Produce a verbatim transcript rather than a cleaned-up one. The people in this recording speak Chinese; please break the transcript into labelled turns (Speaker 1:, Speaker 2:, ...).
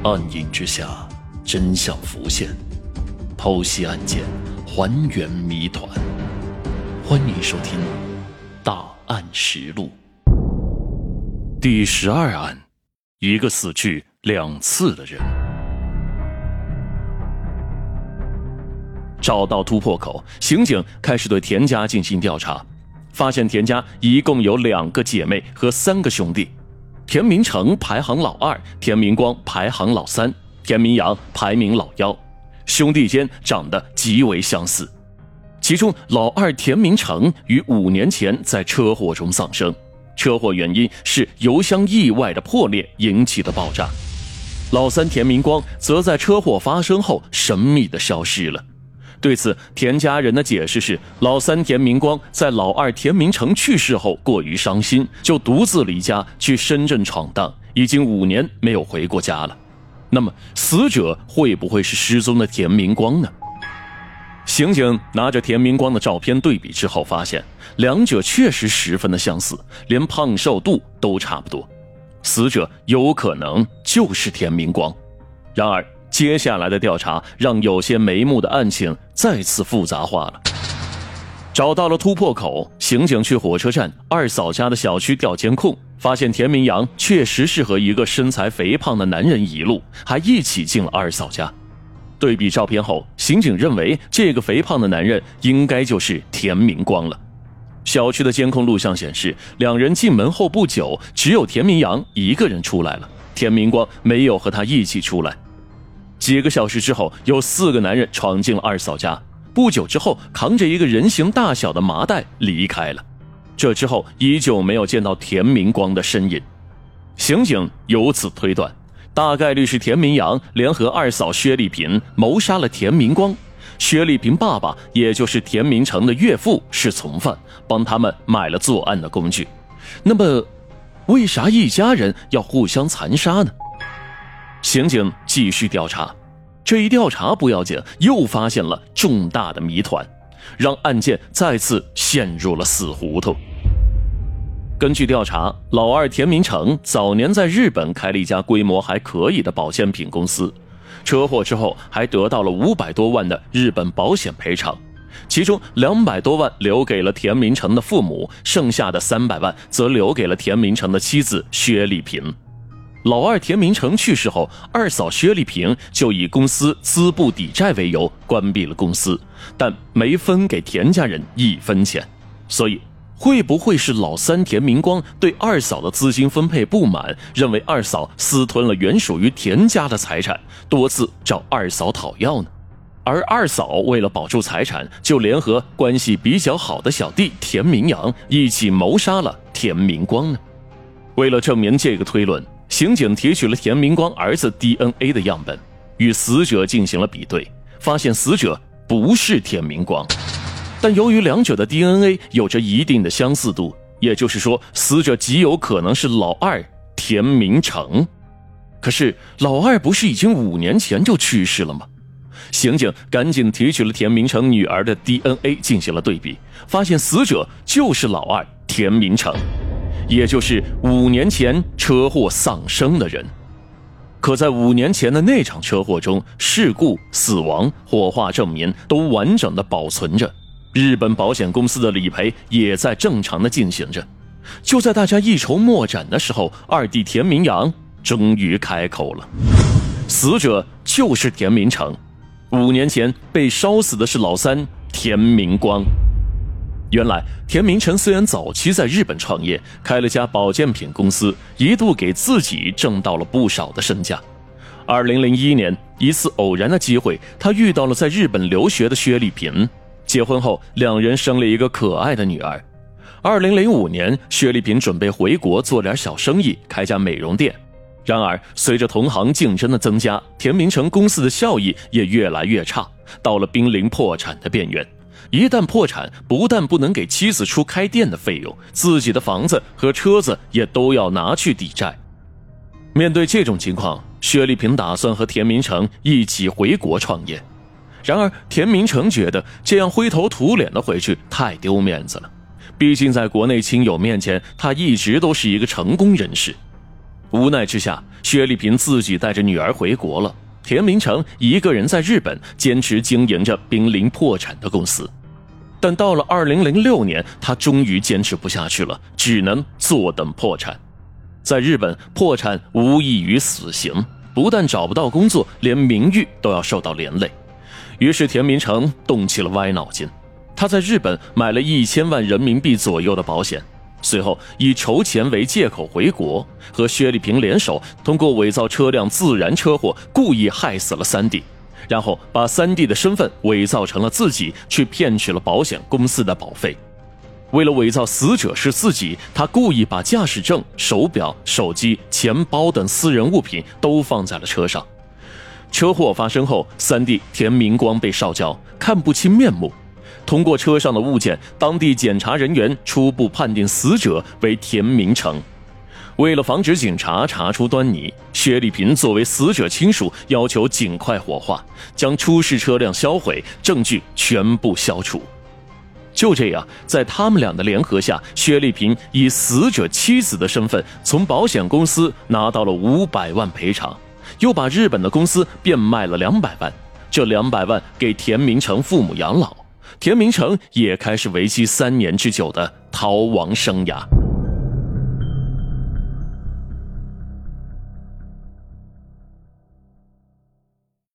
Speaker 1: 暗影之下，真相浮现，剖析案件，还原谜团。欢迎收听《大案实录》第十二案：一个死去两次的人。找到突破口，刑警开始对田家进行调查，发现田家一共有两个姐妹和三个兄弟。田明成排行老二，田明光排行老三，田明阳排名老幺，兄弟间长得极为相似。其中老二田明成于五年前在车祸中丧生，车祸原因是油箱意外的破裂引起的爆炸。老三田明光则在车祸发生后神秘地消失了。对此，田家人的解释是，老三田明光在老二田明成去世后过于伤心，就独自离家去深圳闯荡，已经五年没有回过家了。那么死者会不会是失踪的田明光呢？刑警拿着田明光的照片对比之后，发现两者确实十分的相似，连胖瘦度都差不多，死者有可能就是田明光。然而接下来的调查让有些眉目的案情再次复杂化了。找到了突破口，刑警去火车站二嫂家的小区调监控，发现田明阳确实是和一个身材肥胖的男人一路，还一起进了二嫂家。对比照片后，刑警认为这个肥胖的男人应该就是田明光了。小区的监控录像显示，两人进门后不久，只有田明阳一个人出来了，田明光没有和他一起出来。几个小时之后，有四个男人闯进了二嫂家，不久之后扛着一个人形大小的麻袋离开了。这之后依旧没有见到田明光的身影。刑警由此推断，大概率是田明阳联合二嫂薛丽萍谋杀了田明光，薛丽萍爸爸也就是田明成的岳父是从犯，帮他们买了作案的工具。那么为啥一家人要互相残杀呢？刑警继续调查，这一调查不要紧，又发现了重大的谜团，让案件再次陷入了死胡同。根据调查，老二田明成早年在日本开了一家规模还可以的保健品公司，车祸之后还得到了五百多万的日本保险赔偿，其中两百多万留给了田明成的父母，剩下的三百万则留给了田明成的妻子薛丽萍。老二田明成去世后，二嫂薛丽萍就以公司资不抵债为由关闭了公司，但没分给田家人一分钱。所以会不会是老三田明光对二嫂的资金分配不满，认为二嫂私吞了原属于田家的财产，多次找二嫂讨要呢？而二嫂为了保住财产，就联合关系比较好的小弟田明阳一起谋杀了田明光呢？为了证明这个推论，刑警提取了田明光儿子 D N A 的样本，与死者进行了比对，发现死者不是田明光。但由于两者的 D N A 有着一定的相似度，也就是说死者极有可能是老二田明成。可是老二不是已经五年前就去世了吗？刑警赶紧提取了田明成女儿的 D N A 进行了对比，发现死者就是老二田明成，也就是五年前车祸丧生的人。可在五年前的那场车祸中，事故、死亡、火化证明都完整的保存着，日本保险公司的理赔也在正常的进行着。就在大家一筹莫展的时候，二弟田明阳终于开口了，死者就是田明成，五年前被烧死的是老三田明光。原来田明成虽然早期在日本创业，开了家保健品公司，一度给自己挣到了不少的身价。二零零一年，一次偶然的机会，他遇到了在日本留学的薛丽萍，结婚后两人生了一个可爱的女儿。二零零五年，薛丽萍准备回国做点小生意，开家美容店。然而随着同行竞争的增加，田明成公司的效益也越来越差，到了濒临破产的边缘。一旦破产，不但不能给妻子出开店的费用，自己的房子和车子也都要拿去抵债。面对这种情况，薛丽萍打算和田明成一起回国创业。然而田明成觉得这样灰头土脸的回去太丢面子了，毕竟在国内亲友面前他一直都是一个成功人士。 无奈之下，薛丽萍自己带着女儿回国了，田明成一个人在日本坚持经营着濒临破产的公司。但到了二零零六年，他终于坚持不下去了，只能坐等破产。在日本，破产无异于死刑，不但找不到工作，连名誉都要受到连累。于是田明成动起了歪脑筋，他在日本买了一千万人民币左右的保险，随后以筹钱为借口回国，和薛丽萍联手，通过伪造车辆自燃车祸，故意害死了三弟，然后把三弟的身份伪造成了自己，去骗取了保险公司的保费。为了伪造死者是自己，他故意把驾驶证、手表、手机、钱包等私人物品都放在了车上。车祸发生后，三弟田明光被烧焦，看不清面目。通过车上的物件，当地检察人员初步判定死者为田明成。为了防止警察查出端倪，薛丽萍作为死者亲属，要求尽快火化，将出事车辆销毁，证据全部消除。就这样，在他们俩的联合下，薛丽萍以死者妻子的身份，从保险公司拿到了五百万赔偿，又把日本的公司变卖了两百万，这两百万给田明成父母养老。田明成也开始为期三年之久的逃亡生涯。